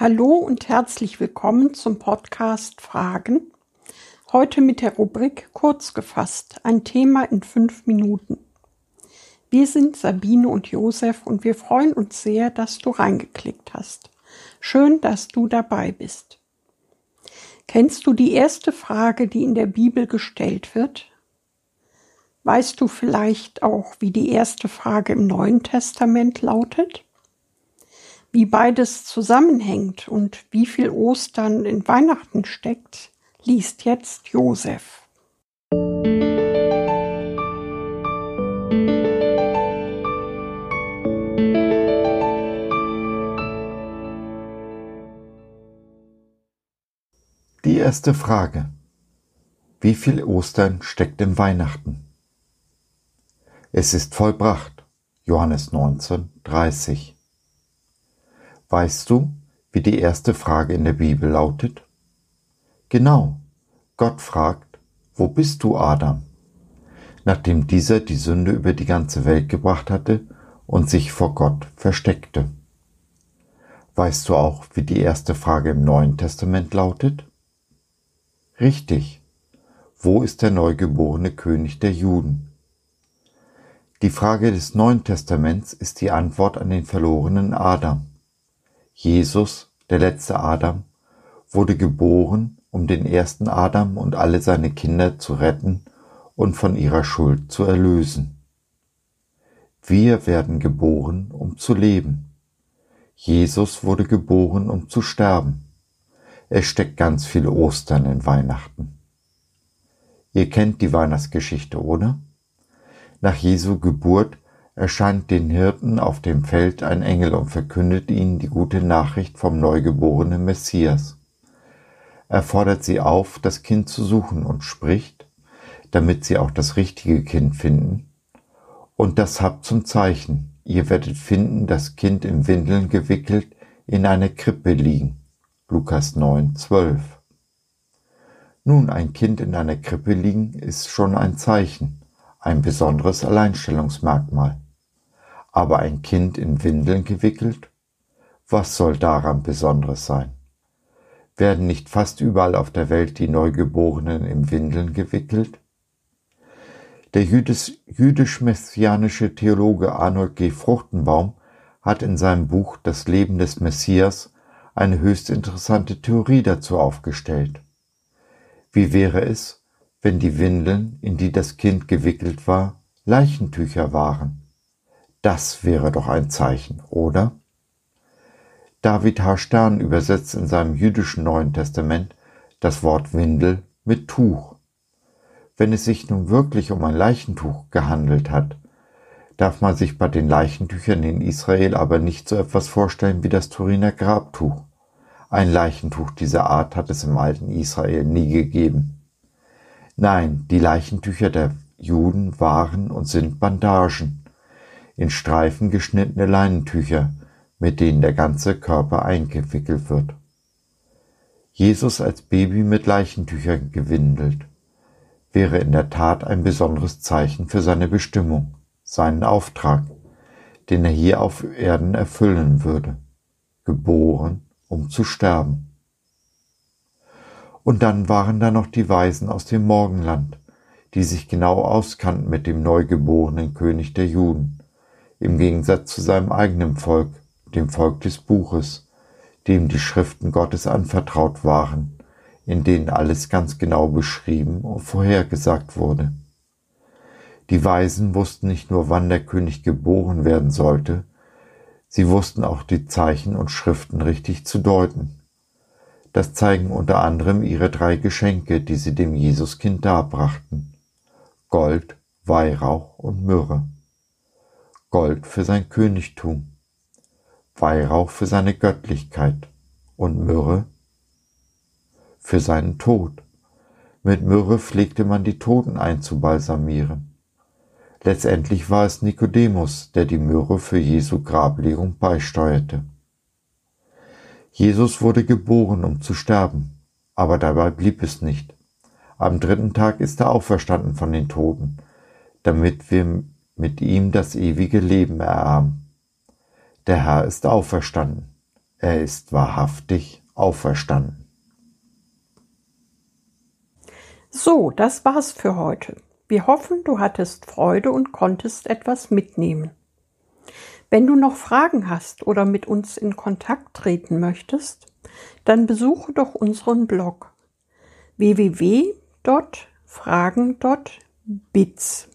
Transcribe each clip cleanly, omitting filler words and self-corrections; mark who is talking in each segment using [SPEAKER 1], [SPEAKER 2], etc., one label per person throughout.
[SPEAKER 1] Hallo und herzlich willkommen zum Podcast Fragen. Heute mit der Rubrik Kurz gefasst, ein Thema in 5 Minuten. Wir sind Sabine und Josef und wir freuen uns sehr, dass du reingeklickt hast. Schön, dass du dabei bist. Kennst du die erste Frage, die in der Bibel gestellt wird? Weißt du vielleicht auch, wie die erste Frage im Neuen Testament lautet? Wie beides zusammenhängt und wie viel Ostern in Weihnachten steckt, liest jetzt Josef.
[SPEAKER 2] Die erste Frage: Wie viel Ostern steckt in Weihnachten? Es ist vollbracht. Johannes 19,30. Weißt du, wie die erste Frage in der Bibel lautet? Genau, Gott fragt: Wo bist du, Adam? Nachdem dieser die Sünde über die ganze Welt gebracht hatte und sich vor Gott versteckte. Weißt du auch, wie die erste Frage im Neuen Testament lautet? Richtig. Wo ist der neugeborene König der Juden? Die Frage des Neuen Testaments ist die Antwort an den verlorenen Adam. Jesus, der letzte Adam, wurde geboren, um den ersten Adam und alle seine Kinder zu retten und von ihrer Schuld zu erlösen. Wir werden geboren, um zu leben. Jesus wurde geboren, um zu sterben. Es steckt ganz viel Ostern in Weihnachten. Ihr kennt die Weihnachtsgeschichte, oder? Nach Jesu Geburt erscheint den Hirten auf dem Feld ein Engel und verkündet ihnen die gute Nachricht vom neugeborenen Messias. Er fordert sie auf, das Kind zu suchen und spricht, damit sie auch das richtige Kind finden: Und das habt zum Zeichen: Ihr werdet finden, das Kind in Windeln gewickelt in einer Krippe liegen. Lukas 9,12. Nun, ein Kind in einer Krippe liegen ist schon ein Zeichen, ein besonderes Alleinstellungsmerkmal. Aber ein Kind in Windeln gewickelt? Was soll daran Besonderes sein? Werden nicht fast überall auf der Welt die Neugeborenen in Windeln gewickelt? Der jüdisch-messianische Theologe Arnold G. Fruchtenbaum hat in seinem Buch Das Leben des Messias eine höchst interessante Theorie dazu aufgestellt. Wie wäre es, wenn die Windeln, in die das Kind gewickelt war, Leichentücher waren? Das wäre doch ein Zeichen, oder? David H. Stern übersetzt in seinem jüdischen Neuen Testament das Wort Windel mit Tuch. Wenn es sich nun wirklich um ein Leichentuch gehandelt hat, darf man sich bei den Leichentüchern in Israel aber nicht so etwas vorstellen wie das Turiner Grabtuch. Ein Leichentuch dieser Art hat es im alten Israel nie gegeben. Nein, die Leichentücher der Juden waren und sind Bandagen, in Streifen geschnittene Leinentücher, mit denen der ganze Körper eingewickelt wird. Jesus als Baby mit Leichentüchern gewindelt wäre in der Tat ein besonderes Zeichen für seine Bestimmung, seinen Auftrag, den er hier auf Erden erfüllen würde, geboren, um zu sterben. Und dann waren da noch die Weisen aus dem Morgenland, die sich genau auskannten mit dem neugeborenen König der Juden, im Gegensatz zu seinem eigenen Volk, dem Volk des Buches, dem die Schriften Gottes anvertraut waren, in denen alles ganz genau beschrieben und vorhergesagt wurde. Die Weisen wussten nicht nur, wann der König geboren werden sollte, sie wussten auch die Zeichen und Schriften richtig zu deuten. Das zeigen unter anderem ihre 3 Geschenke, die sie dem Jesuskind darbrachten: Gold, Weihrauch und Myrrhe. Gold für sein Königtum, Weihrauch für seine Göttlichkeit und Myrrhe für seinen Tod. Mit Myrrhe pflegte man die Toten einzubalsamieren. Letztendlich war es Nikodemus, der die Myrrhe für Jesu Grablegung beisteuerte. Jesus wurde geboren, um zu sterben, aber dabei blieb es nicht. Am 3. Tag ist er auferstanden von den Toten, damit wir mit ihm das ewige Leben ererben. Der Herr ist auferstanden. er ist wahrhaftig auferstanden.
[SPEAKER 1] So, das war's für heute. Wir hoffen, du hattest Freude und konntest etwas mitnehmen. Wenn du noch Fragen hast oder mit uns in Kontakt treten möchtest, dann besuche doch unseren Blog www.fragen.biz.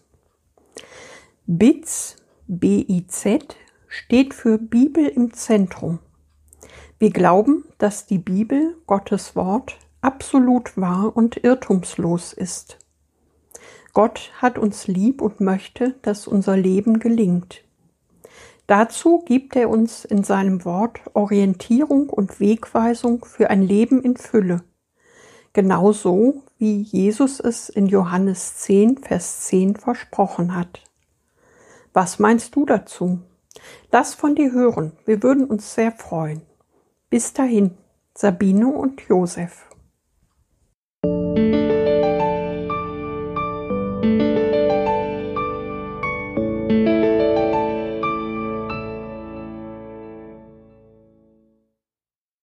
[SPEAKER 1] Biz, B-I-Z, steht für Bibel im Zentrum. Wir glauben, dass die Bibel, Gottes Wort, absolut wahr und irrtumslos ist. Gott hat uns lieb und möchte, dass unser Leben gelingt. Dazu gibt er uns in seinem Wort Orientierung und Wegweisung für ein Leben in Fülle. Genauso wie Jesus es in Johannes 10, Vers 10 versprochen hat. Was meinst du dazu? Lass von dir hören, wir würden uns sehr freuen. Bis dahin, Sabine und Josef.